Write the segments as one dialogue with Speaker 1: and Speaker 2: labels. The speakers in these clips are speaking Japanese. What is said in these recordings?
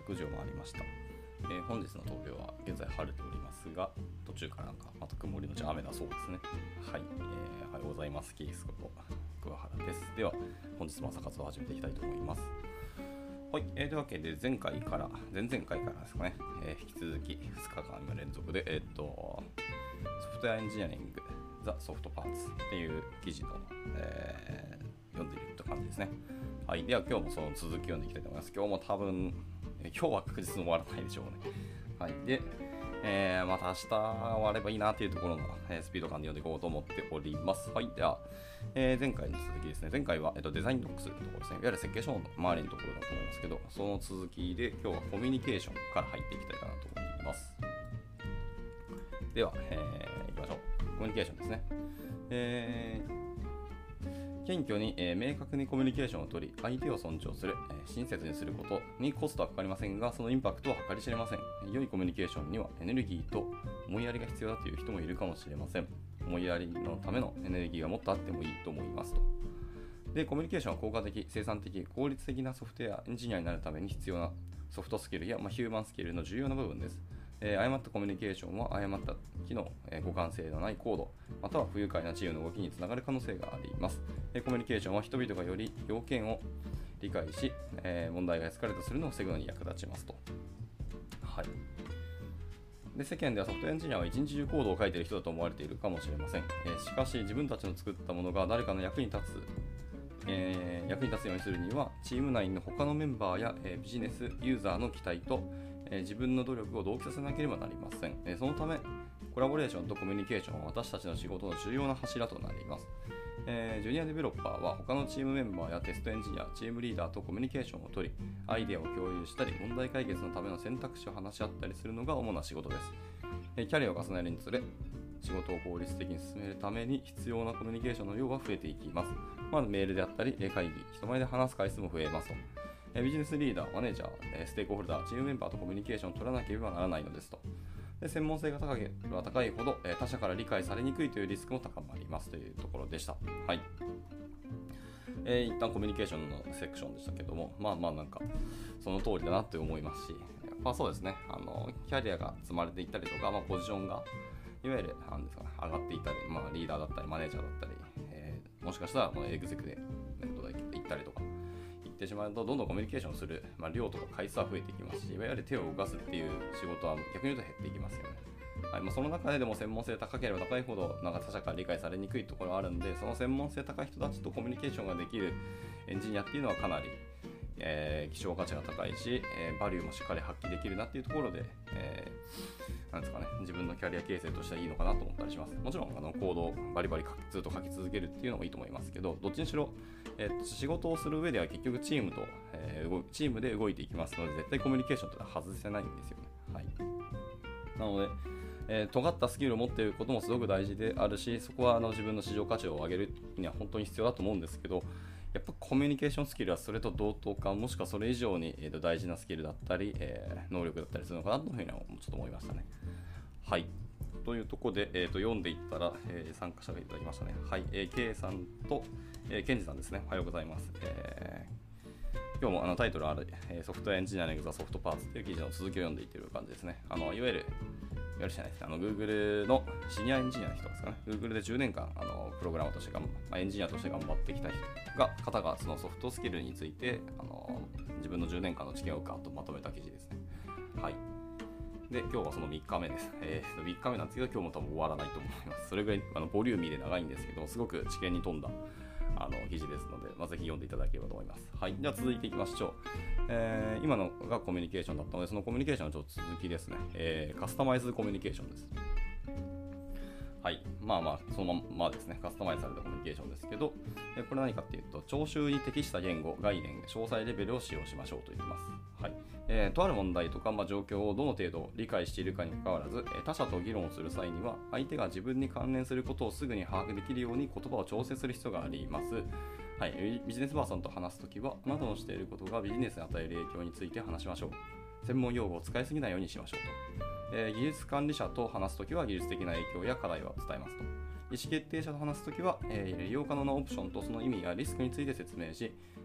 Speaker 1: 6時を回りました。本日の東京は現在晴れておりますが、途中からまた曇りのち雨だそうですね。はい、おはようございます。キースこと桑原です。では本日も朝活を始めていきたいと思います。はい、というわけで前々回からですかね、引き続き2日間今連続で、ソフトウェアエンジニアリングザ・ソフトパーツっていう記事の、読んでいるって感じですね。はい、では今日もその続きを読んでいきたいと思います。今日も多分今日は確実に終わらないでしょうね。はい、で、また明日終わればいいなというところの、スピード感で読んでいこうと思っております。はい、では、前回の続きですね。前回は、デザインドックスのところですね。いわゆる設計書の周りのところだと思いますけど、その続きで今日はコミュニケーションから入っていきたいかなと思います。では、いきましょう。コミュニケーションですね。謙虚に、明確にコミュニケーションを取り、相手を尊重する、親切にすることにコストはかかりませんが、そのインパクトは計り知れません。良いコミュニケーションにはエネルギーと思いやりが必要だという人もいるかもしれません。思いやりのためのエネルギーがもっとあってもいいと思いますと。で、コミュニケーションは効果的、生産的、効率的なソフトウェアエンジニアになるために必要なソフトスキルや、ヒューマンスキルの重要な部分です。誤ったコミュニケーションは誤った機能、互換性のないコード、または不愉快なチームの動きにつながる可能性があります。コミュニケーションは人々がより要件を理解し、問題がエスカレートするのを防ぐのに役立ちますと。はい。で、世間ではソフトエンジニアは一日中コードを書いている人だと思われているかもしれません。しかし自分たちの作ったものが誰かの役に立つようにするには、チーム内の他のメンバーや、ビジネスユーザーの期待と、自分の努力を同期させなければなりません。そのため、コラボレーションとコミュニケーションは私たちの仕事の重要な柱となります。ジュニアデベロッパーは他のチームメンバーやテストエンジニア、チームリーダーとコミュニケーションを取り、アイデアを共有したり、問題解決のための選択肢を話し合ったりするのが主な仕事です。キャリアを重ねるにつれ、仕事を効率的に進めるために必要なコミュニケーションの量は増えていきます。まずメールであったり、会議、人前で話す回数も増えますと。ビジネスリーダー、マネージャー、ステークホルダー、チームメンバーとコミュニケーションを取らなければならないのですと。で、専門性が高ければ高いほど、他者から理解されにくいというリスクも高まりますというところでした。はい。一旦コミュニケーションのセクションでしたけども、なんかその通りだなって思いますし、やっぱそうですね、キャリアが積まれていったりとか、ポジションがいわゆる上がっていったり、リーダーだったりマネージャーだったり、もしかしたらエグゼクで行ったりとかってしまうと、どんどんコミュニケーションする、量とか回数は増えていきますし、いわゆる手を動かすっていう仕事は逆に言うと減っていきますよね。はい、その中でも専門性高ければ高いほど他者から理解されにくいところがあるんで、その専門性高い人たちとコミュニケーションができるエンジニアっていうのはかなり、希少価値が高いし、バリューもしっかり発揮できるなっていうところで、なんですかね、自分のキャリア形成としてはいいのかなと思ったりします。もちろんコードをバリバリずっと書き続けるっていうのもいいと思いますけど、どっちにしろ、仕事をする上では結局チームで動いていきますので、絶対コミュニケーションというのは外せないんですよね。はい。なので、尖ったスキルを持っていることもすごく大事であるし、そこは自分の市場価値を上げるには本当に必要だと思うんですけど、やっぱコミュニケーションスキルはそれと同等か、もしくはそれ以上に大事なスキルだったり、能力だったりするのかなというふうにはちょっと思いましたね。はい。というところで、読んでいったら、参加者がいただきましたね。はい。K さんと、ケンジさんですね。おはようございます。今日もタイトルある、ソフトウェアエンジニアリングザソフトパーツという記事の続きを読んでいっている感じですね。いわゆるじゃないですね、Google のシニアエンジニアの人ですかね。Google で10年間プログラマーとしてエンジニアとして頑張ってきた方がそのソフトスキルについて自分の10年間の知見をガッとまとめた記事ですね。はい。で、今日はその3日目です。3日目なんですけど、今日も多分終わらないと思います。それぐらいボリューミーで長いんですけど、すごく知見に富んだ記事ですので、ぜひ読んでいただければと思います。はい。では続いていきましょう。今のがコミュニケーションだったので、そのコミュニケーションのちょっと続きですね。カスタマイズコミュニケーションです。はい。そのままですね、カスタマイズされたコミュニケーションですけど、これ何かっていうと、聴衆に適した言語、概念、詳細レベルを使用しましょうと言っています。はい。とある問題とか、状況をどの程度理解しているかにかかわらず、他者と議論をする際には、相手が自分に関連することをすぐに把握できるように言葉を調整する必要があります。はい。ビジネスパーソンと話すときは、あなたのしていることがビジネスに与える影響について話しましょう。専門用語を使いすぎないようにしましょうと。技術管理者と話すときは技術的な影響や課題を伝えますと。意思決定者と話すときは、利用可能なオプションとその意味やリスクについて説明し、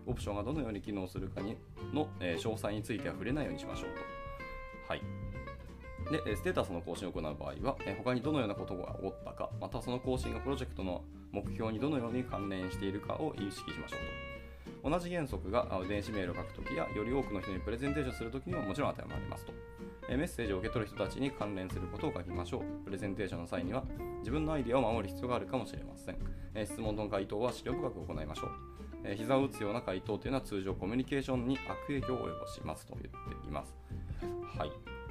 Speaker 1: オプションがどのように機能するかの詳細については触れないようにしましょうと。はい。で、ステータスの更新を行う場合は、他にどのようなことが起こったか、またその更新がプロジェクトの目標にどのように関連しているかを意識しましょうと。同じ原則が電子メールを書くときや、より多くの人にプレゼンテーションするときにももちろん当てはまりますと。メッセージを受け取る人たちに関連することを書きましょう。プレゼンテーションの際には、自分のアイデアを守る必要があるかもしれません。質問の回答は資料深く行いましょう。膝を打つような回答というのは通常コミュニケーションに悪影響を及ぼしますと言っています。はい。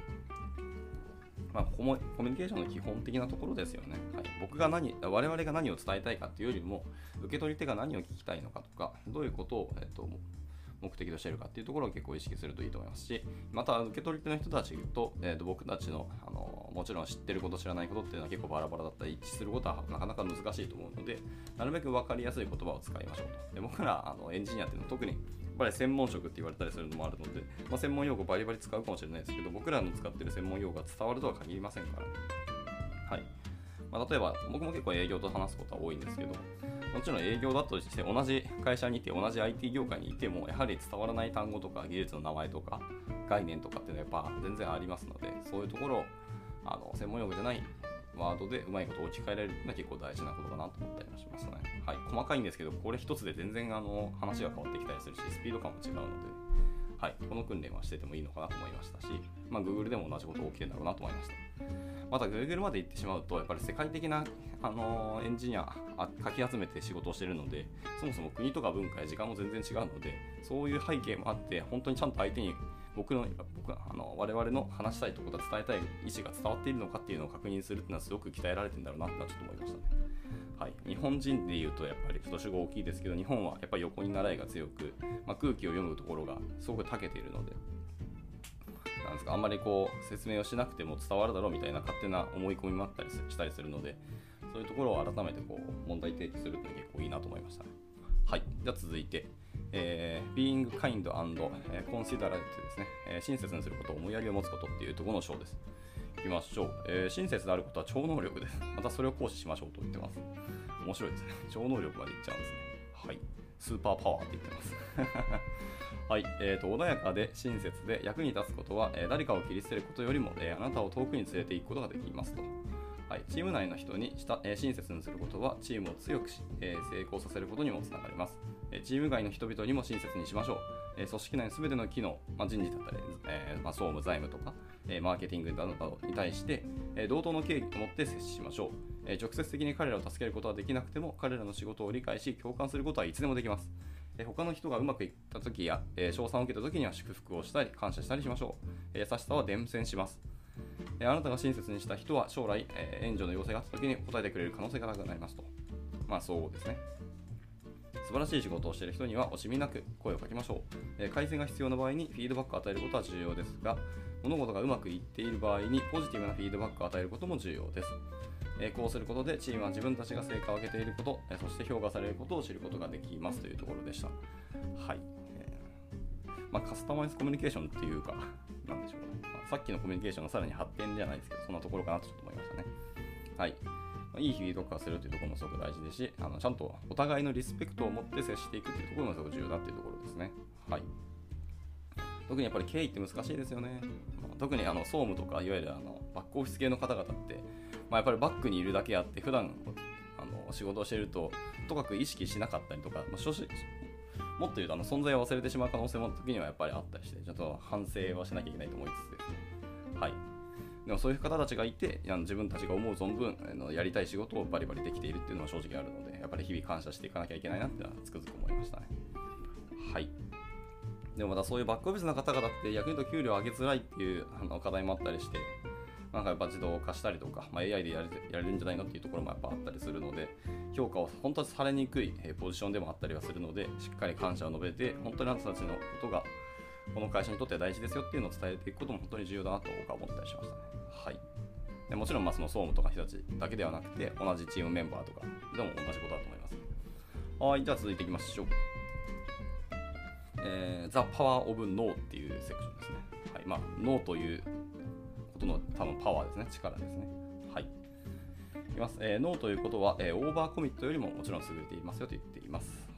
Speaker 1: コミュニケーションの基本的なところですよね。はい、我々が何を伝えたいかというよりも、受け取り手が何を聞きたいのかとか、どういうことを、目的としているかっていうところを結構意識するといいと思いますし、また受け取り手の人たちと、僕たちの、もちろん知ってること知らないことっていうのは結構バラバラだったり一致することはなかなか難しいと思うので、なるべく分かりやすい言葉を使いましょうと。で、僕らエンジニアっていうのは特にやっぱり専門職って言われたりするのもあるので、専門用語バリバリ使うかもしれないですけど、僕らの使ってる専門用語が伝わるとは限りませんから。はい。例えば僕も結構営業と話すことは多いんですけど、もちろん営業だとして同じ会社にいて同じ IT 業界にいてもやはり伝わらない単語とか技術の名前とか概念とかっていうのはやっぱ全然ありますので、そういうところを専門用語じゃないワードでうまいことを置き換えられるのは結構大事なことかなと思ったりもしますね。はい、細かいんですけど、これ一つで全然話が変わってきたりするし、スピード感も違うので、はい、この訓練はしててもいいのかなと思いましたし、Google でも同じことが起きてるんだろうなと思いました。また Google まで行ってしまうと、やっぱり世界的なエンジニアかき集めて仕事をしているので、そもそも国とか文化や時間も全然違うので、そういう背景もあって、本当にちゃんと相手に我々の話したいところが伝えたい意思が伝わっているのかっていうのを確認するっていうのはすごく鍛えられてるんだろうなってちょっと思いましたね。はい、日本人でいうとやっぱり都市語大きいですけど、日本はやっぱり横に習いが強く、空気を読むところがすごく長けているので、なんですか、あんまり説明をしなくても伝わるだろうみたいな勝手な思い込みもあったりしたりするので、そういうところを改めて問題提起するっていうのは結構いいなと思いましたね。はい、では続いて、being kind and considerate ですね、親切にすることを思いやりを持つことっていうところの章です。いきましょう。親切であることは超能力です。またそれを行使しましょうと言ってます。面白いですね。超能力まで言っちゃうんですね。はい。スーパーパワーって言ってます。はい。穏やかで親切で役に立つことは、誰かを切り捨てることよりも、あなたを遠くに連れていくことができますと。はい、チーム内の人に親切にすることはチームを強くし、成功させることにもつながります。チーム外の人々にも親切にしましょう。組織内のすべての機能、人事だったり、総務、財務とか、マーケティングなどに対して、同等の敬意を持って接しましょう。直接的に彼らを助けることはできなくても、彼らの仕事を理解し、共感することはいつでもできます。他の人がうまくいったときや、賞賛を受けたときには祝福をしたり、感謝したりしましょう。優しさは伝染します。あなたが親切にした人は将来、援助の要請があったときに答えてくれる可能性が高くなりますと。そうですね。素晴らしい仕事をしている人には惜しみなく声をかけましょう。改善が必要な場合にフィードバックを与えることは重要ですが、物事がうまくいっている場合にポジティブなフィードバックを与えることも重要です。こうすることでチームは自分たちが成果を上げていること、そして評価されることを知ることができますというところでした。はい。カスタマイズコミュニケーションっていうか、なんでしょうね。さっきのコミュニケーションのさらに発展じゃないですけど、そんなところかなとちょっと思いましたね。はい。いいフィードバックをするというところもすごく大事ですし、ちゃんとお互いのリスペクトを持って接していくというところもすごく重要だというところですね。はい。特にやっぱり経緯って難しいですよね。特に総務とかいわゆるバックオフィス系の方々って、やっぱりバックにいるだけあって普段仕事をしているととかく意識しなかったりとか、もっと言うと存在を忘れてしまう可能性も時にはやっぱりあったりして、ちょっと反省はしなきゃいけないと思いつつですね。はい。でもそういう方たちがいて、自分たちが思う存分やりたい仕事をバリバリできているっていうのは正直あるので、やっぱり日々感謝していかなきゃいけないなってのはつくづく思いましたね。はい。でもまたそういうバックオフィスの方々って逆に言うと給料を上げづらいっていう課題もあったりして、やっぱ自動化したりとか、AI でやれるんじゃないのっていうところもやっぱあったりするので、評価を本当にされにくいポジションでもあったりはするので、しっかり感謝を述べて、本当にあなたたちのことがこの会社にとっては大事ですよっていうのを伝えていくことも本当に重要だなと僕は思ったりしましたね。はい。でもちろんその総務とか人たちだけではなくて、同じチームメンバーとかでも同じことだと思います。はい、じゃあ続いていきましょう。The Power of No っていうセクションですね。はい。No ということの多分パワーですね。力ですね。はい。いきます。ノーということは、オーバーコミットよりももちろん優れていますよと言っています。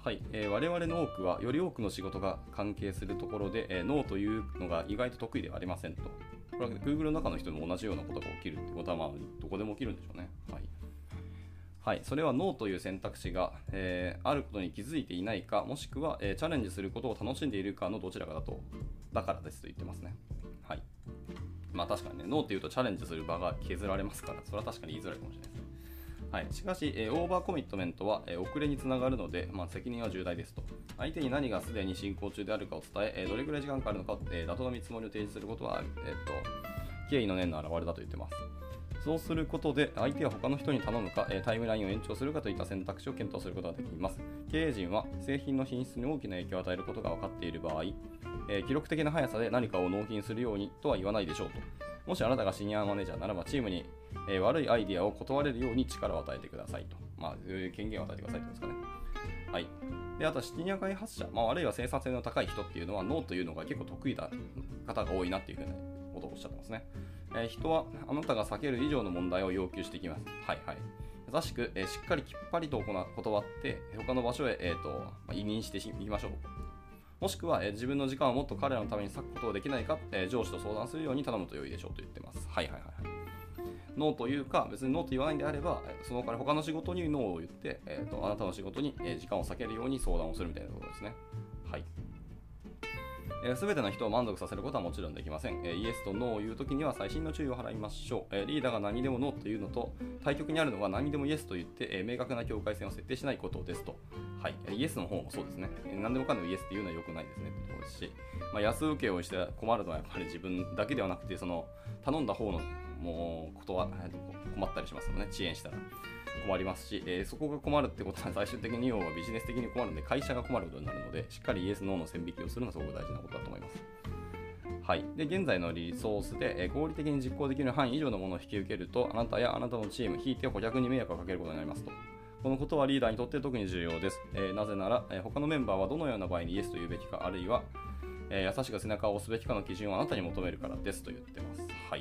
Speaker 1: はい、我々の多くはより多くの仕事が関係するところで、ノーというのが意外と得意ではありませんと。これは Google の中の人でも同じようなことが起きるってことは、まあ、どこでも起きるんでしょうね。はい。はい、それはノーという選択肢が、あることに気づいていないか、もしくは、チャレンジすることを楽しんでいるかのどちらかだからですと言ってますね。はい。まあ確かにね、ノーっていうとチャレンジする場が削られますから、それは確かに言いづらいかもしれないですね。はい、しかし、オーバーコミットメントは、遅れにつながるので、まあ、責任は重大ですと。相手に何がすでに進行中であるかを伝え、どれくらい時間かかるのか、妥当な見積もりを提示することは、敬意の念の表れだと言ってます。そうすることで、相手は他の人に頼むか、タイムラインを延長するかといった選択肢を検討することができます。経営陣は製品の品質に大きな影響を与えることが分かっている場合、記録的な速さで何かを納品するようにとは言わないでしょうと。もしあなたがシニアマネージャーならば、チームに悪いアイディアを断れるように力を与えてくださいと。まあ、権限を与えてくださいとですかね。はい。で、あとはシニア開発者、あるいは生産性の高い人っていうのは、ノーというのが結構得意な方が多いなっていうふうなことをおっしゃってますね。人はあなたが避ける以上の問題を要求してきます。はいはい。優しく、しっかりきっぱりと断って、他の場所へ、委任していきましょう。もしくは、自分の時間をもっと彼らのために割くことができないか、上司と相談するように頼むと良いでしょうと言ってます。はいはいはい。ノーというか、別にノーと言わないんであれば、その他の仕事にノーを言って、あなたの仕事に時間を避けるように相談をするみたいなことですね。はい。すべての人を満足させることはもちろんできません。イエスとノーを言うときには細心の注意を払いましょう。リーダーが何でもノーというのと、対極にあるのが何でもイエスと言って、明確な境界線を設定しないことですと。はい。イエスの方もそうですね。何でもかんでもイエスっていうのは良くないですねってことですし、安請けをして困るのはやっぱり自分だけではなくて、その頼んだ方のもうことは困ったりしますよね。遅延したら。困りますし、そこが困るってことは最終的に要はビジネス的に困るので会社が困ることになるので、しっかりイエス・ノーの線引きをするのはすごく大事なことだと思います。はい、で現在のリソースで、合理的に実行できる範囲以上のものを引き受けると、あなたやあなたのチーム、ひいては顧客に迷惑をかけることになりますと。このことはリーダーにとって特に重要です。なぜなら、他のメンバーはどのような場合にイエスと言うべきか、あるいは、優しく背中を押すべきかの基準をあなたに求めるからですと言ってます。はい。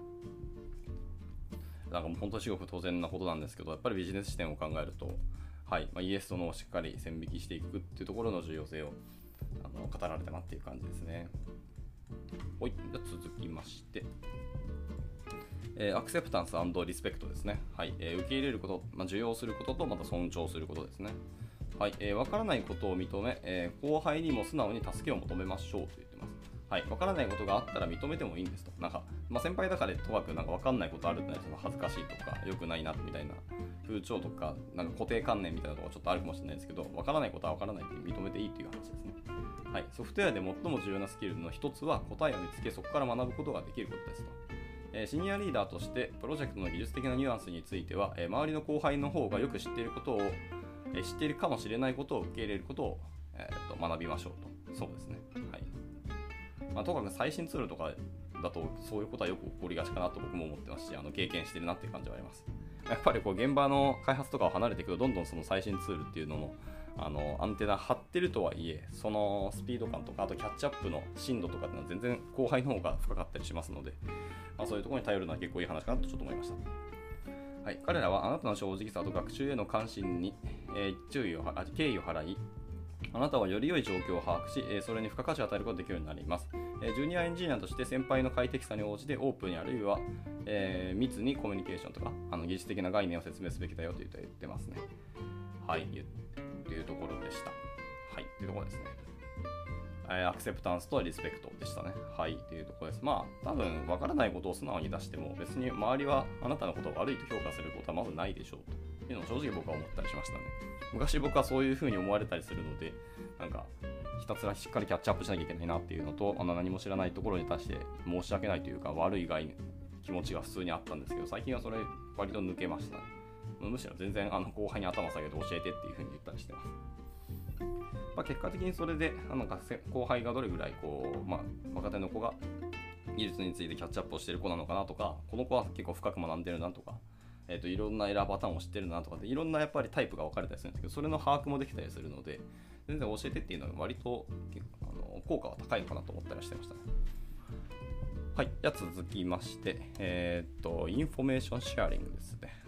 Speaker 1: なんかもう本当に至極当然なことなんですけど、やっぱりビジネス視点を考えると、はい、イエスとノーをしっかり線引きしていくっていうところの重要性を語られたなっていう感じですね。はい、じゃ続きまして、アクセプタンス&リスペクトですね。はい、受け入れること、受容することとまた尊重することですね。はい、分からないことを認め、後輩にも素直に助けを求めましょうと言ってます。はい、分からないことがあったら認めてもいいんですと。なんか、先輩だからとかくなんか分かんないことあるってのは恥ずかしいとか良くないなみたいな風潮とか、なんか固定観念みたいなところがちょっとあるかもしれないですけど、分からないことは分からないって認めていいという話ですね。はい、ソフトウェアで最も重要なスキルの一つは答えを見つけ、そこから学ぶことができることですと。シニアリーダーとしてプロジェクトの技術的なニュアンスについては、周りの後輩の方がよく知っていることを、知っているかもしれないことを受け入れることを、学びましょうと。そうですね。はい。とにかく最新ツールとかだとそういうことはよく起こりがちかなと僕も思ってますし、経験してるなっていう感じはあります。やっぱり現場の開発とかを離れていくと、どんどんその最新ツールっていうのもアンテナ張ってるとはいえ、そのスピード感とか、あとキャッチアップの深度とかっていうのは全然後輩の方が深かったりしますので、そういうところに頼るのは結構いい話かなとちょっと思いました。はい、彼らはあなたの正直さと学習への関心に、敬意を払い、あなたはより良い状況を把握し、それに付加価値を与えることができるようになります。ジュニアエンジニアとして先輩の快適さに応じてオープンにあるいは、密にコミュニケーションとか技術的な概念を説明すべきだよと言ってますね。はい、というところでした。はい、というところですね。アクセプタンスとリスペクトでしたね。はい、というところです。多分分からないことを素直に出しても、別に周りはあなたのことを悪いと評価することはまずないでしょうというのを正直僕は思ったりしましたね。昔僕はそういう風に思われたりするので、なんかひたすらしっかりキャッチアップしなきゃいけないなっていうのと、何も知らないところに対して申し訳ないというか悪い気持ちが普通にあったんですけど、最近はそれ割と抜けましたね。むしろ全然後輩に頭下げて教えてっていう風に言ったりしてます。結果的にそれで後輩がどれぐらい若手の子が技術についてキャッチアップをしている子なのかなとか、この子は結構深く学んでるなとか、いろんなエラーパターンを知ってるなとかで、いろんなやっぱりタイプが分かれたりするんですけど、それの把握もできたりするので、全然教えてっていうのは割と効果は高いのかなと思ったりしてましたね。はい、じゃあ続きまして、インフォメーションシェアリングですね。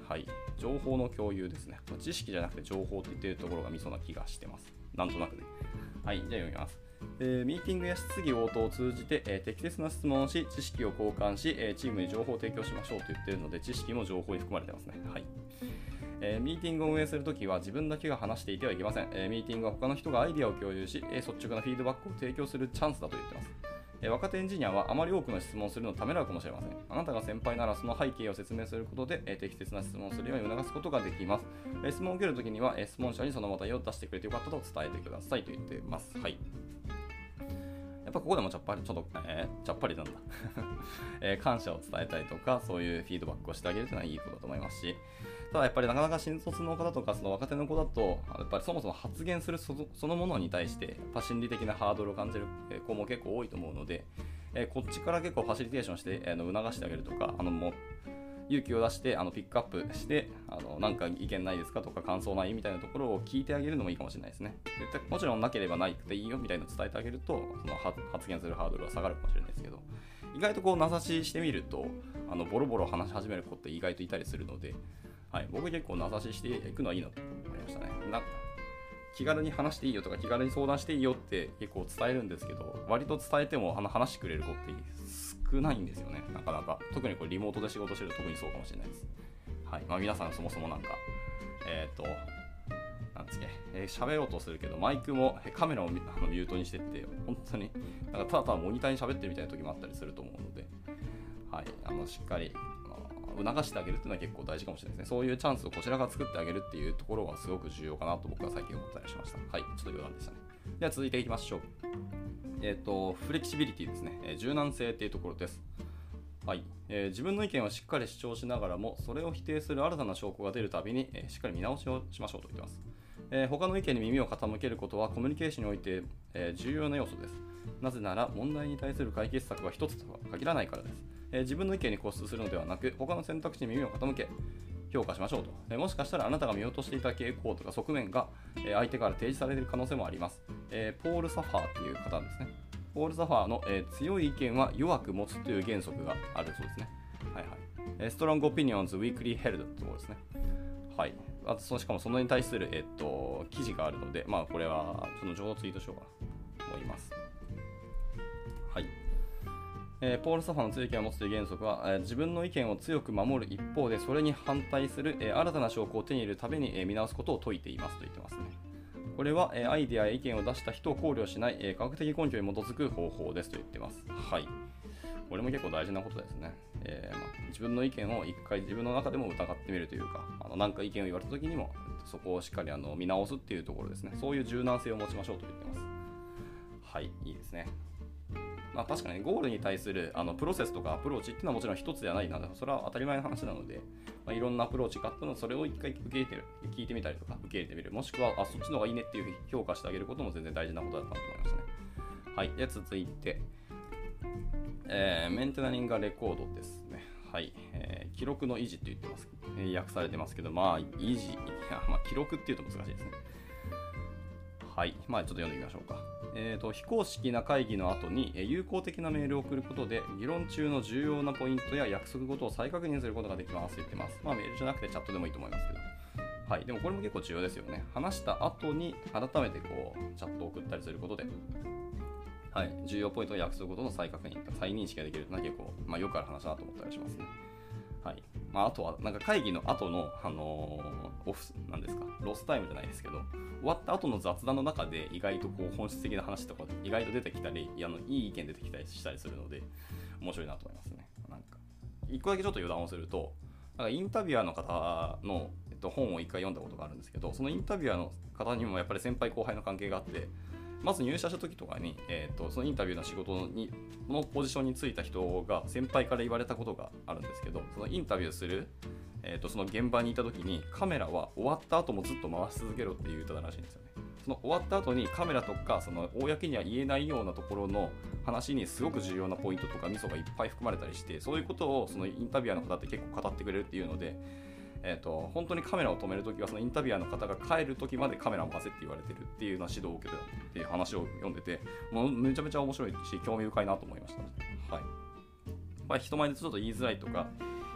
Speaker 1: はい、情報の共有ですね。知識じゃなくて情報って言ってるところがミソな気がしてます。なんとなくね。はい、じゃあ読みます。ミーティングや質疑応答を通じて、適切な質問をし、知識を交換し、チームに情報を提供しましょうと言っているので、知識も情報に含まれてますね。はい。ミーティングを運営するときは自分だけが話していてはいけません。ミーティングは他の人がアイデアを共有し、率直なフィードバックを提供するチャンスだと言っています。若手エンジニアはあまり多くの質問をするのをためらうかもしれません。あなたが先輩ならその背景を説明することで、適切な質問をするように促すことができます。質問を受けるときには、質問者にその話題を出してくれてよかったと伝えてくださいと言っています。はい。やっぱここでもちょっぱりなんだ、感謝を伝えたりとか、そういうフィードバックをしてあげるというのはいいことだと思いますし、ただやっぱりなかなか新卒の方とかその若手の子だと、やっぱりそもそも発言するそのものに対して心理的なハードルを感じる子も結構多いと思うので、こっちから結構ファシリテーションして促してあげるとか、もう勇気を出してピックアップしてなんか意見ないですかとか感想ないみたいなところを聞いてあげるのもいいかもしれないですね。もちろんなければないくていいよみたいなのを伝えてあげると、その発言するハードルは下がるかもしれないですけど、意外とこう名指ししてみるとボロボロ話し始める子って意外といたりするので、はい、僕結構名指ししていくのはいいなと思いましたね。気軽に話していいよとか気軽に相談していいよって結構伝えるんですけど、割と伝えても話してくれる子って少ないんですよね、なかなか。特にこれリモートで仕事してると特にそうかもしれないです。はい。皆さんそもそもなんですけ喋ろうとするけど、マイクもカメラをミュートにしてって、本当にただただモニターに喋ってるみたいな時もあったりすると思うので、はい、しっかり促してあげるっていうのは結構大事かもしれないですね。そういうチャンスをこちらが作ってあげるっていうところはすごく重要かなと僕は最近思ったりしました。はい、ちょっと余談でしたね。では続いていきましょう。フレキシビリティですね。柔軟性っていうところです。はい。自分の意見をしっかり主張しながらも、それを否定する新たな証拠が出るたびに、しっかり見直しをしましょうと言ってます。他の意見に耳を傾けることはコミュニケーションにおいて、重要な要素です。なぜなら問題に対する解決策は一つとは限らないからです。自分の意見に固執するのではなく、他の選択肢に耳を傾け評価しましょうと。もしかしたらあなたが見落としていた傾向とか側面が、相手から提示される可能性もあります。ポール・サファーっていう方ですね。ポール・サファーの、強い意見は弱く持つという原則があるそうですね。はいはい。Strong Opinions Weekly Held というところですね。はい。しかもそのに対する、記事があるので、これはその情報ツイートしようかなと思います。はい。ポール・サファーの強い意見を持つという原則は、自分の意見を強く守る一方で、それに反対する、新たな証拠を手に入れるために、見直すことを説いていますと言ってますね。これは、アイデアや意見を出した人を考慮しない、科学的根拠に基づく方法ですと言ってます。はい。これも結構大事なことですね。自分の意見を一回自分の中でも疑ってみるというか、何か意見を言われた時にもそこをしっかり見直すっていうところですね。そういう柔軟性を持ちましょうと言ってます。はい、いいですね。確かにゴールに対するプロセスとかアプローチっていうのはもちろん一つじゃないので、それは当たり前の話なので、いろんなアプローチがあったので、それを一回聞いてみたりとか受け入れてみる、もしくはそっちの方がいいねっていう評価してあげることも全然大事なことだなと思いましたね。はい、で続いて、メンテナリングレコードですね。はい、記録の維持と言ってます、訳されてますけど、維持、記録っていうと難しいですね。はい、ちょっと読んでみましょうか。非公式な会議の後に有効的なメールを送ることで議論中の重要なポイントや約束事を再確認することができますと言ってます。メールじゃなくてチャットでもいいと思いますけど、はい、でもこれも結構重要ですよね。話した後に改めてチャットを送ったりすることで、はい、重要ポイントや約束事の再確認、再認識ができるのは結構、よくある話だなと思ったりしますね。はい。あとはなんか会議の後の、オフなんですか、ロスタイムじゃないですけど、終わった後の雑談の中で意外と本質的な話とか意外と出てきたり、いい意見出てきたりしたりするので面白いなと思いますね。なんか一個だけちょっと余談をすると、なんかインタビュアーの方の、本を一回読んだことがあるんですけど、そのインタビュアーの方にもやっぱり先輩後輩の関係があって、まず入社した時とかに、そのインタビューの仕事のポジションに就いた人が先輩から言われたことがあるんですけど、そのインタビューする、その現場にいた時にカメラは終わった後もずっと回し続けろって言ったらしいんですよね。その終わった後にカメラとかその公には言えないようなところの話にすごく重要なポイントとかミソがいっぱい含まれたりして、そういうことをそのインタビュアーの方って結構語ってくれるっていうので、本当にカメラを止めるときはそのインタビュアーの方が帰るときまでカメラを回せって言われてるっていうような指導を受けたっていう話を読んでて、もうめちゃめちゃ面白いし興味深いなと思いました。はい。人前でちょっと言いづらいとか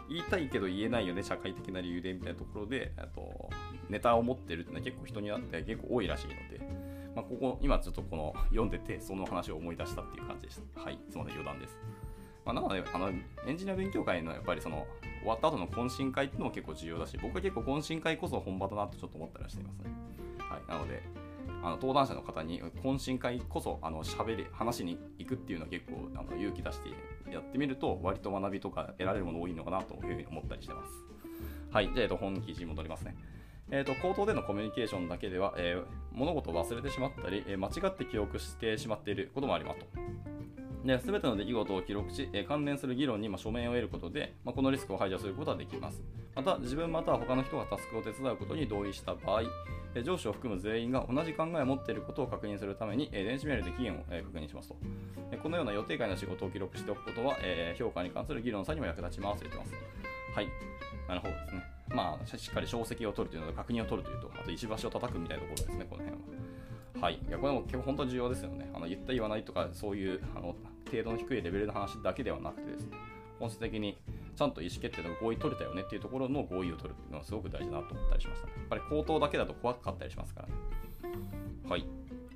Speaker 1: 言いたいけど言えないよね、社会的な理由でみたいなところで、ネタを持ってるっていうのは結構人になって結構多いらしいので、ここ、今ちょっとこの読んでて、その話を思い出したっていう感じでした。はい、すみません、余談です。なので、エンジニア勉強会のやっぱりその、終わった後の懇親会っていうのも結構重要だし、僕は結構懇親会こそ本場だなとちょっと思ったりしていますね。はい、なので、登壇者の方に懇親会こそ話に行くっていうのは結構勇気出してやってみると割と学びとか得られるもの多いのかなというふうに思ったりしてます。はい、じゃあ、本記事に戻りますね。口頭でのコミュニケーションだけでは、物事を忘れてしまったり、間違って記憶してしまっていることもありますと。すべての出来事を記録し、関連する議論に書面を得ることで、このリスクを排除することができます。また、自分または他の人がタスクを手伝うことに同意した場合、上司を含む全員が同じ考えを持っていることを確認するために、電子メールで期限を確認しますと。このような予定外の仕事を記録しておくことは、評価に関する議論の際にも役立ちますと言ってます。はい。なるほどですね。しっかり証跡を取るというのと確認を取るというと、あと石橋を叩くみたいなところですね、この辺は。はい。いや、これも結構本当に重要ですよね。言った言わないとか、そういう程度の低いレベルの話だけではなくてですね、本質的にちゃんと意思決定の合意取れたよねっていうところの合意を取るっていうのはすごく大事だなと思ったりしましたね。やっぱり口頭だけだと怖かったりしますからね。はい。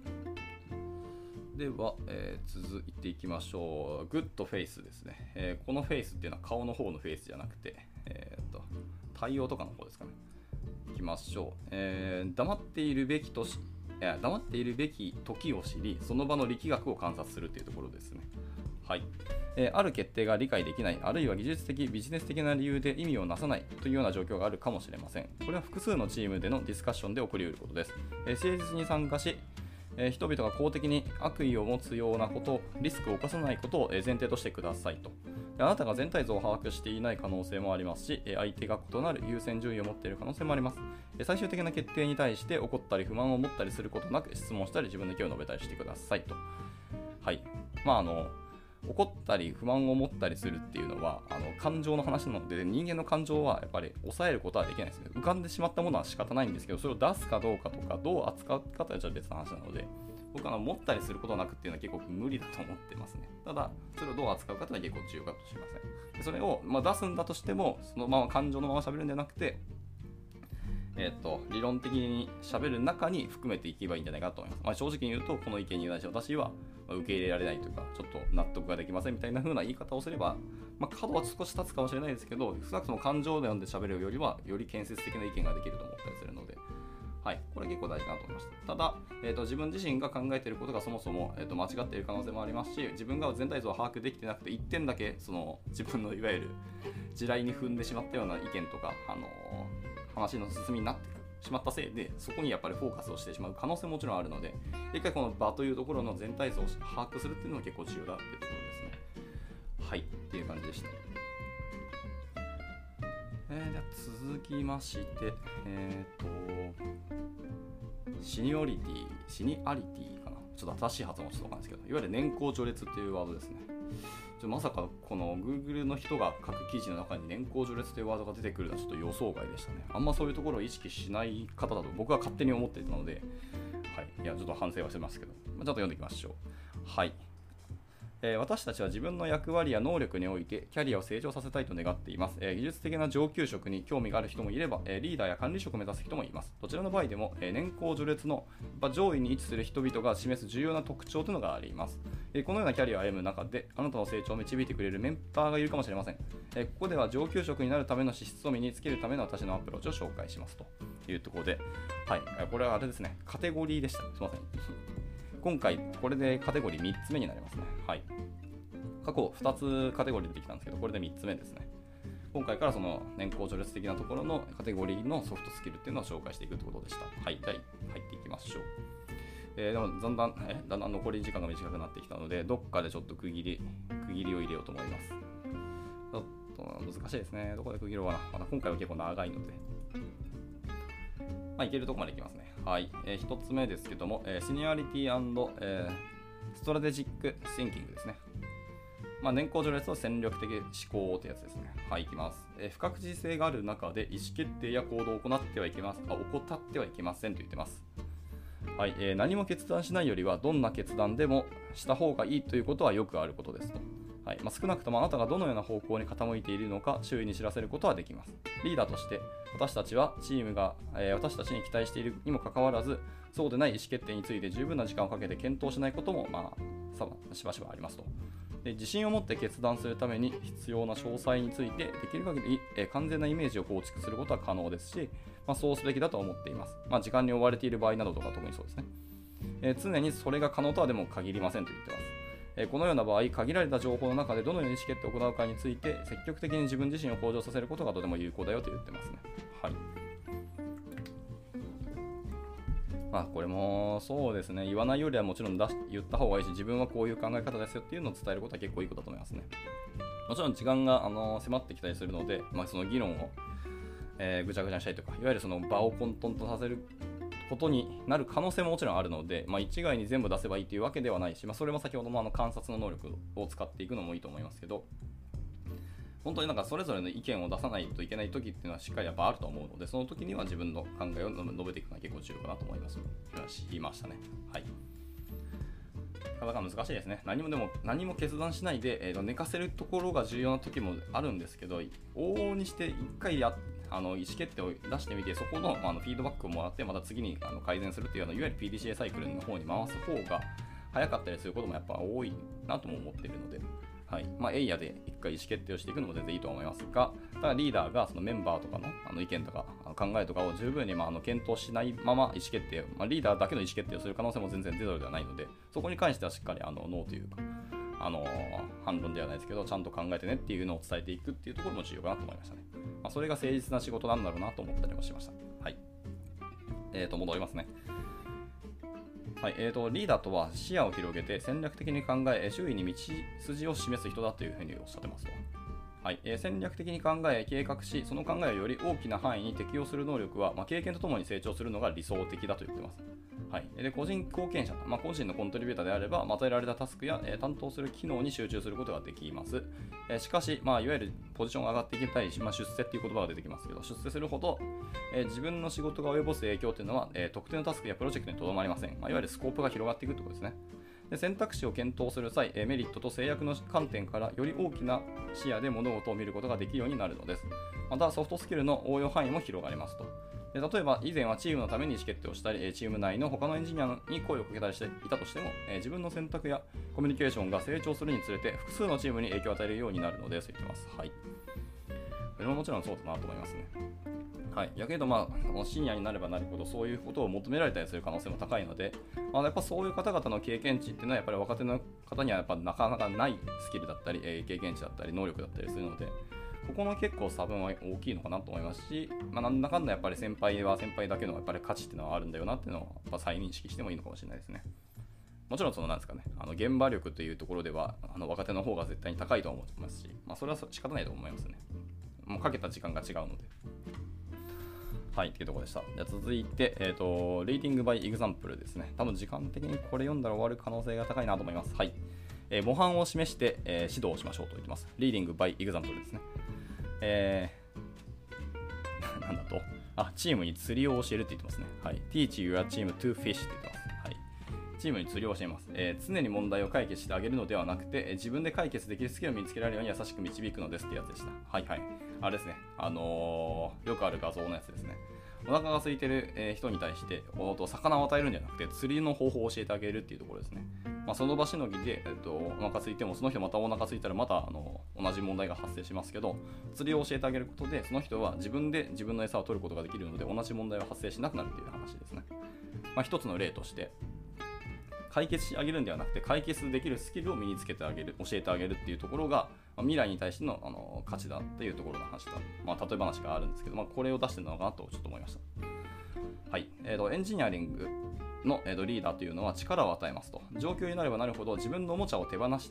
Speaker 1: では、続いていきましょう。グッドフェイスですね。このフェイスっていうのは顔の方のフェイスじゃなくて、対応とかの方ですかね。いきましょう。黙っているべき時を知り、その場の力学を観察するというところですね。はい。ある決定が理解できない、あるいは技術的、ビジネス的な理由で意味をなさないというような状況があるかもしれません。これは複数のチームでのディスカッションで起こり得ることです。誠実に参加し、人々が公的に悪意を持つようなこと、リスクを犯さないことを前提としてくださいと。あなたが全体像を把握していない可能性もありますし、相手が異なる優先順位を持っている可能性もあります。最終的な決定に対して怒ったり不満を持ったりすることなく質問したり自分の意見を述べたりしてくださいと。はい。怒ったり不満を持ったりするっていうのは感情の話なので、人間の感情はやっぱり抑えることはできないですね。浮かんでしまったものは仕方ないんですけど、それを出すかどうかとかどう扱うかというのは別の話なので、僕は持ったりすることなくっていうのは結構無理だと思ってますね。ただそれをどう扱うかというのは結構重要かもしれません。でそれを出すんだとしても、そのまま感情のまま喋るんじゃなくて、理論的に喋る中に含めていけばいいんじゃないかと思います。正直に言うと、この意見に対して私は受け入れられないというか、ちょっと納得ができませんみたいな風な言い方をすれば、角は少し立つかもしれないですけど、少なくとも感情で読んで喋るよりは、より建設的な意見ができると思ったりするので、はい、これ結構大事かなと思いました。ただ、自分自身が考えていることがそもそも、間違っている可能性もありますし、自分が全体像を把握できてなくて、1点だけ自分のいわゆる地雷に踏んでしまったような意見とか、話の進みになってしまったせいで、そこにやっぱりフォーカスをしてしまう可能性ももちろんあるので、一回この場というところの全体像を把握するっていうのは結構重要だっていうところですね。はい、っていう感じでした。では続きまして、シニアリティかな、ちょっと正しい発音はちょっとわかんないですけど、いわゆる年功序列というワードですね。まさかこの Google の人が書く記事の中に年功序列というワードが出てくるのはちょっと予想外でしたね。あんまそういうところを意識しない方だと僕は勝手に思っていたので、はい、いやちょっと反省はしてますけど、ちょっと読んでいきましょう。はい。私たちは自分の役割や能力においてキャリアを成長させたいと願っています。技術的な上級職に興味がある人もいれば、リーダーや管理職を目指す人もいます。どちらの場合でも、年功序列の上位に位置する人々が示す重要な特徴というのがあります。このようなキャリアを歩む中で、あなたの成長を導いてくれるメンターがいるかもしれません。ここでは上級職になるための資質を身につけるための私のアプローチを紹介しますというところで、はい、これはあれですね、カテゴリーでした。すいません。今回これでカテゴリー3つ目になりますね。はい。過去2つカテゴリー出てきたんですけど、これで3つ目ですね。今回からその年功序列的なところのカテゴリーのソフトスキルっていうのを紹介していくということでした。はい、じゃあ入っていきましょう。でもだんだん残り時間が短くなってきたので、どっかでちょっと区切りを入れようと思います。ちょっと難しいですね。どこで区切ろうかな。まだ今回は結構長いので。いけるところまでいきますね。はい。1つ目ですけども、シニアリティ&、ストラテジック・シンキングですね。年功序列と戦略的思考ってやつですね。はい、いきます。不確実性がある中で意思決定や行動を怠ってはいけませんと言ってます。はい、何も決断しないよりはどんな決断でもした方がいいということはよくあることですと。 はい、少なくともあなたがどのような方向に傾いているのか周囲に知らせることはできます。リーダーとして私たちはチームが、私たちに期待しているにもかかわらず、そうでない意思決定について十分な時間をかけて検討しないことも、しばしばありますと。で、自信を持って決断するために必要な詳細についてできる限り、完全なイメージを構築することは可能ですし、そうすべきだと思っています。時間に追われている場合などとか特にそうですね。常にそれが可能とはでも限りませんと言っています。このような場合、限られた情報の中でどのように意思決定を行うかについて積極的に自分自身を向上させることがとても有効だよと言ってますね。はい。これもそうですね、言わないよりはもちろん言った方がいいし、自分はこういう考え方ですよっていうのを伝えることは結構いいことだと思いますね。もちろん時間が迫ってきたりするので、その議論を、ぐちゃぐちゃにしたりとか、いわゆるその場を混沌とさせることになる可能性ももちろんあるので、一概に全部出せばいいというわけではないし、それも先ほどの観察の能力を使っていくのもいいと思いますけど、本当にそれぞれの意見を出さないといけない時っていうのはしっかりやっぱあると思うので、その時には自分の考えを述べていくのは結構重要かなと思いましたね。はい。なかなか難しいですね。何も決断しないで、寝かせるところが重要な時もあるんですけど、往々にして1回意思決定を出してみて、そこの、フィードバックをもらって、また次に改善するっていういわゆる PDCA サイクルの方に回す方が早かったりすることもやっぱ多いなとも思っているので、はい。エイヤで1回意思決定をしていくのも全然いいと思いますが、ただリーダーがそのメンバーとかの意見とか考えとかを十分に検討しないまま意思決定、リーダーだけの意思決定をする可能性も全然ゼロではないので、そこに関してはしっかりノーというか、反論ではないですけど、ちゃんと考えてねっていうのを伝えていくっていうところも重要かなと思いましたね。それが誠実な仕事なんだろうなと思ったりもしました。はい。戻りますね。はい。リーダーとは視野を広げて戦略的に考え、周囲に道筋を示す人だというふうにおっしゃってますと。はい。戦略的に考え、計画し、その考えをより大きな範囲に適用する能力は、経験とともに成長するのが理想的だと言ってます。はい。で、個人貢献者、個人のコントリビューターであれば、与えられたタスクや、担当する機能に集中することができます。しかし、いわゆるポジションが上がっていきたいし、出世っていう言葉が出てきますけど、出世するほど、自分の仕事が及ぼす影響というのは、特定のタスクやプロジェクトにとどまりません。いわゆるスコープが広がっていくということですね。で、選択肢を検討する際、メリットと制約の観点からより大きな視野で物事を見ることができるようになるのです。また、ソフトスキルの応用範囲も広がりますと。で、例えば、以前はチームのために意思決定をしたり、チーム内の他のエンジニアに声をかけたりしていたとしても、自分の選択やコミュニケーションが成長するにつれて、複数のチームに影響を与えるようになるので、そう言ってます。はい。これももちろんそうだなと思いますね。はい。やけど、シニアになればなるほど、そういうことを求められたりする可能性も高いので、やっぱそういう方々の経験値っていうのは、やっぱり若手の方にはやっぱなかなかないスキルだったり、経験値だったり、能力だったりするので、ここの結構差分は大きいのかなと思いますし、なんだかんだやっぱり先輩は先輩だけのやっぱり価値っていうのはあるんだよなっていうのをやっぱ再認識してもいいのかもしれないですね。もちろんなんですかね、現場力というところでは若手の方が絶対に高いと思いますし、それは仕方ないと思いますね。もうかけた時間が違うので。はい、っていうところでした。じゃあ続いて、リーディングバイエグザンプルですね。多分時間的にこれ読んだら終わる可能性が高いなと思います。はい。模範を示して、指導をしましょうと言ってます。リーディングバイエグザンプルですね。なんだとチームに釣りを教えるって言ってますね。はい。Teach your team to fish って言ってます。はい。チームに釣りを教えます。常に問題を解決してあげるのではなくて、自分で解決できるスキルを身につけられるように優しく導くのですってやつでした。はいはい。あれですね。よくある画像のやつですね。お腹が空いてる人に対して魚を与えるんじゃなくて釣りの方法を教えてあげるっていうところですね。その場しのぎで、お腹空いてもその人またお腹空いたらまた同じ問題が発生しますけど、釣りを教えてあげることでその人は自分で自分の餌を取ることができるので同じ問題は発生しなくなるという話ですね。一つの例として解決してあげるんではなくて解決できるスキルを身につけてあげる、教えてあげるっていうところが未来に対しての価値だっていうところの話だ。例え話があるんですけど、これを出してるのかなとちょっと思いました。はい。エンジニアリングのリーダーというのは力を与えますと。状況になればなるほど自分のおもちゃを手放して、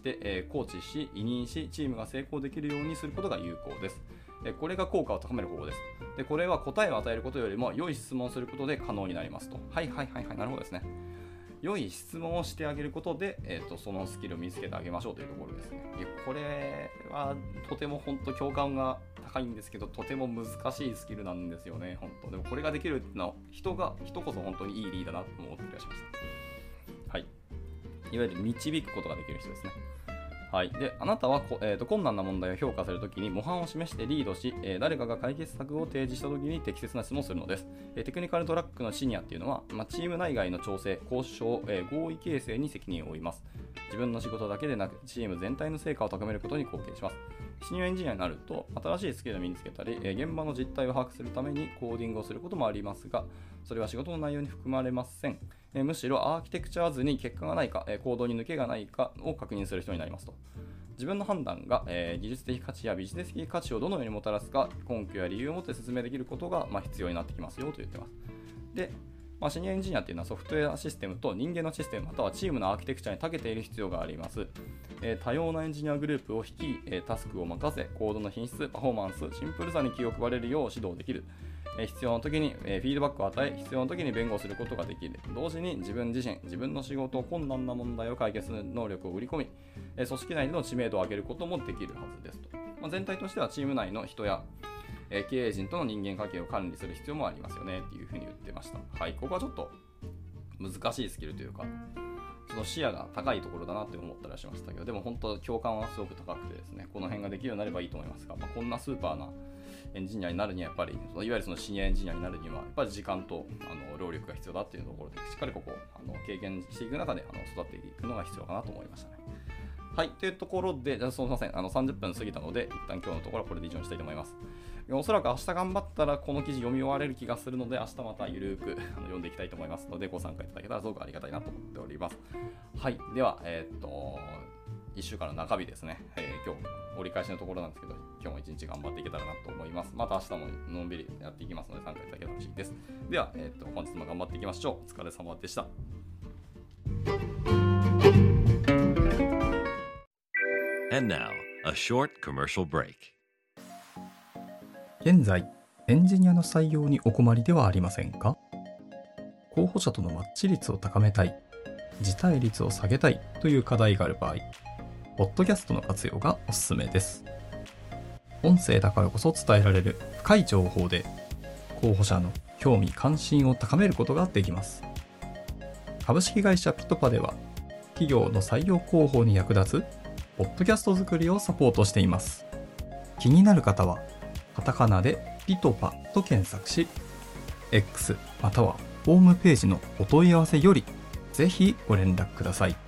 Speaker 1: コーチし、委任し、チームが成功できるようにすることが有効です。これが効果を高める方法です。で、これは答えを与えることよりも良い質問をすることで可能になりますと。はい、なるほどですね。良い質問をしてあげることで、そのスキルを身につけてあげましょうというところですね。これはとても本当共感が高いんですけど、とても難しいスキルなんですよね。本当でもこれができるの人こそ本当にいいリーダーだなと思っていらっしゃいました。はい。いわゆる導くことができる人ですね。 はい、であなたは困難な問題を評価するときに模範を示してリードし、誰かが解決策を提示したときに適切な質問をするのです。テクニカルトラックのシニアっていうのは、チーム内外の調整、交渉、合意形成に責任を負います。自分の仕事だけでなくチーム全体の成果を高めることに貢献します。シニアエンジニアになると新しいスキルを身につけたり、現場の実態を把握するためにコーディングをすることもありますが、それは仕事の内容に含まれません。むしろアーキテクチャ図に欠陥がないか、行動に抜けがないかを確認する人になりますと。自分の判断が、技術的価値やビジネス的価値をどのようにもたらすか、根拠や理由を持って説明できることが、必要になってきますよと言ってます。で、シニアエンジニアっていうのはソフトウェアシステムと人間のシステムまたはチームのアーキテクチャに長けている必要があります。多様なエンジニアグループを率い、タスクを任せ、コードの品質、パフォーマンス、シンプルさに気を配れるよう指導できる。必要な時にフィードバックを与え、必要な時に弁護することができる。同時に自分自身、自分の仕事、困難な問題を解決する能力を売り込み、組織内での知名度を上げることもできるはずですと。全体としてはチーム内の人や経営陣との人間関係を管理する必要もありますよねっていうふうに言ってました。はい、ここはちょっと難しいスキルというか、その視野が高いところだなって思ったりはしましたけど、でも本当共感はすごく高くてですね、この辺ができるようになればいいと思いますが、こんなスーパーなエンジニアになるにはやっぱり、いわゆるそのシニアエンジニアになるにはやっぱり時間と労力が必要だっていうところで、しっかりここ経験していく中で育っていくのが必要かなと思いましたね。はい、というところで、すみません、30分過ぎたので、一旦今日のところはこれで以上にしたいと思います。おそらく明日頑張ったらこの記事読み終われる気がするので、明日またゆるく読んでいきたいと思いますので、ご参加いただけたらすごくありがたいなと思っております。はい、では、1週間の中日ですね、今日折り返しのところなんですけど、今日も一日頑張っていけたらなと思います。また明日ものんびりやっていきますので、参加いただけたら嬉しいです。では、本日も頑張っていきましょう。お疲れ様でした。
Speaker 2: And now, a short commercial break.
Speaker 3: 現在、エンジニアの採用にお困りではありませんか？候補者とのマッチ率を高めたい、辞退率を下げたいという課題がある場合、ポッドキャストの活用がおすすめです。音声だからこそ伝えられる深い情報で、候補者の興味関心を高めることができます。株式会社ピトパでは、企業の採用広報に役立つポッドキャスト作りをサポートしています。気になる方は、カタカナでピトパと検索し、X またはホームページのお問い合わせよりぜひご連絡ください。